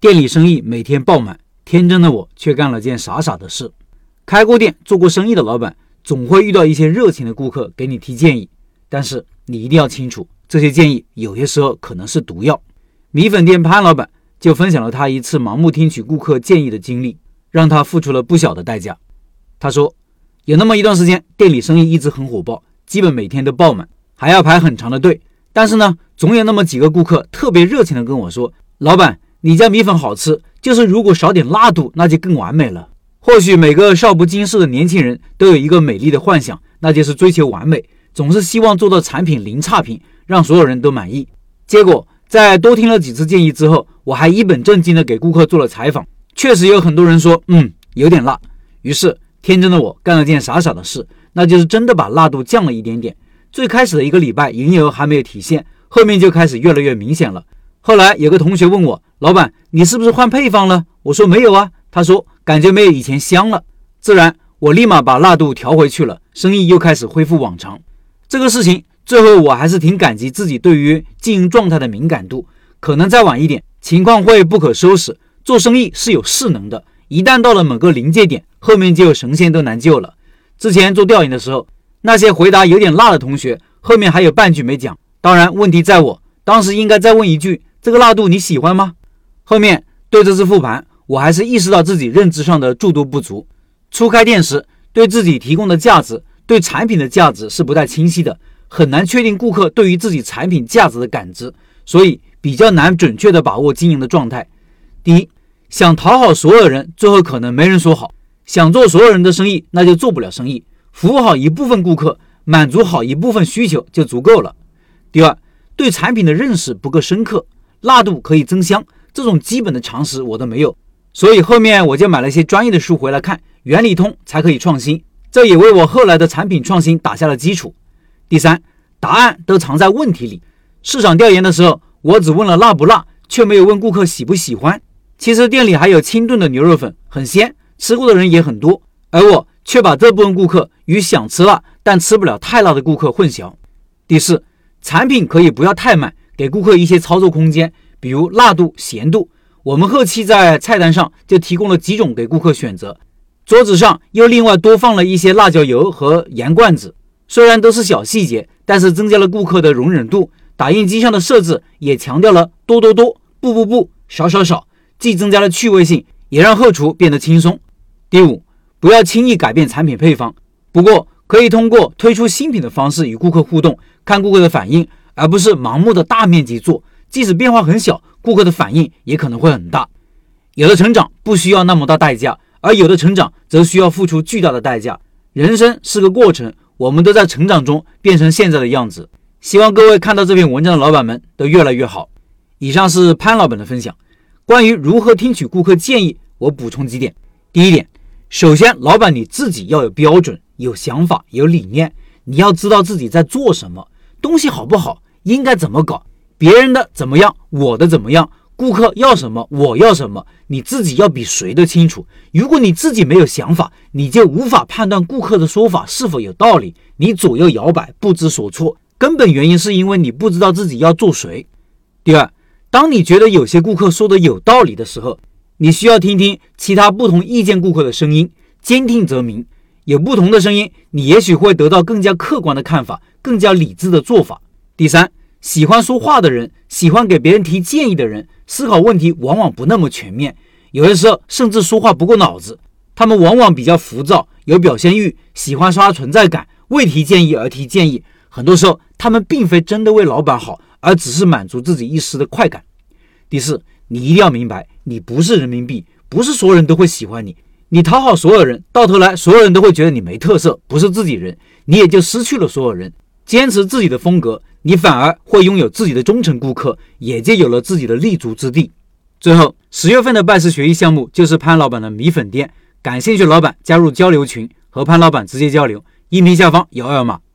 店里生意每天爆满，天真的我却干了件傻傻的事。开过店做过生意的老板总会遇到一些热情的顾客给你提建议，但是你一定要清楚，这些建议有些时候可能是毒药。米粉店潘老板就分享了他一次盲目听取顾客建议的经历，让他付出了不小的代价。他说，有那么一段时间店里生意一直很火爆，基本每天都爆满，还要排很长的队，但是呢，总有那么几个顾客特别热情的跟我说，老板，你家米粉好吃，就是如果少点辣度那就更完美了。或许每个少不经事的年轻人都有一个美丽的幻想，那就是追求完美，总是希望做到产品零差评，让所有人都满意。结果在多听了几次建议之后，我还一本正经的给顾客做了采访，确实有很多人说有点辣。于是天真的我干了件傻傻的事，那就是真的把辣度降了一点点。最开始的1个礼拜营业额还没有体现，后面就开始越来越明显了。后来有个同学问我，老板，你是不是换配方了？我说没有啊。他说感觉没有以前香了。自然我立马把辣度调回去了，生意又开始恢复往常。这个事情最后我还是挺感激自己对于经营状态的敏感度，可能再晚一点情况会不可收拾。做生意是有势能的，一旦到了某个临界点，后面就有神仙都难救了。之前做调研的时候，那些回答有点辣的同学后面还有半句没讲，当然问题在我当时应该再问一句，这个辣度你喜欢吗？后面对这次复盘，我还是意识到自己认知上的诸多不足。初开店时对自己提供的价值，对产品的价值是不太清晰的，很难确定顾客对于自己产品价值的感知，所以比较难准确地把握经营的状态。第一，想讨好所有人，最后可能没人说好；想做所有人的生意，那就做不了生意。服务好一部分顾客，满足好一部分需求就足够了。第二，对产品的认识不够深刻，辣度可以增香，这种基本的常识我都没有，所以后面我就买了一些专业的书回来看，原理通才可以创新，这也为我后来的产品创新打下了基础。第三，答案都藏在问题里。市场调研的时候，我只问了辣不辣，却没有问顾客喜不喜欢。其实店里还有清炖的牛肉粉，很鲜，吃过的人也很多，而我却把这部分顾客与想吃辣但吃不了太辣的顾客混淆。第四，产品可以不要太满，给顾客一些操作空间，比如辣度、咸度。我们后期在菜单上就提供了几种给顾客选择，桌子上又另外多放了一些辣椒油和盐罐子。虽然都是小细节，但是增加了顾客的容忍度。打印机上的设置也强调了多多多、不不不、少少少，既增加了趣味性，也让后厨变得轻松。第五，不要轻易改变产品配方，不过可以通过推出新品的方式与顾客互动，看顾客的反应，而不是盲目的大面积做，即使变化很小，顾客的反应也可能会很大。有的成长不需要那么大代价，而有的成长则需要付出巨大的代价。人生是个过程，我们都在成长中变成现在的样子。希望各位看到这篇文章的老板们都越来越好。以上是潘老板的分享。关于如何听取顾客建议，我补充几点。第一点，首先老板你自己要有标准，有想法，有理念，你要知道自己在做什么，东西好不好，应该怎么搞，别人的怎么样，我的怎么样，顾客要什么，我要什么，你自己要比谁都清楚。如果你自己没有想法，你就无法判断顾客的说法是否有道理，你左右摇摆，不知所措，根本原因是因为你不知道自己要做谁。第二，当你觉得有些顾客说的有道理的时候，你需要听听其他不同意见顾客的声音，兼听则明。有不同的声音，你也许会得到更加客观的看法，更加理智的做法。第三，喜欢说话的人，喜欢给别人提建议的人，思考问题往往不那么全面，有的时候甚至说话不过脑子。他们往往比较浮躁，有表现欲，喜欢刷存在感，为提建议而提建议。很多时候他们并非真的为老板好，而只是满足自己一时的快感。第四，你一定要明白，你不是人民币，不是所有人都会喜欢你。你讨好所有人，到头来所有人都会觉得你没特色，不是自己人，你也就失去了所有人。坚持自己的风格，你反而会拥有自己的忠诚顾客，也就有了自己的立足之地。最后，10月份的拜师学艺项目就是潘老板的米粉店，感兴趣的老板加入交流群，和潘老板直接交流，音频下方有2维码。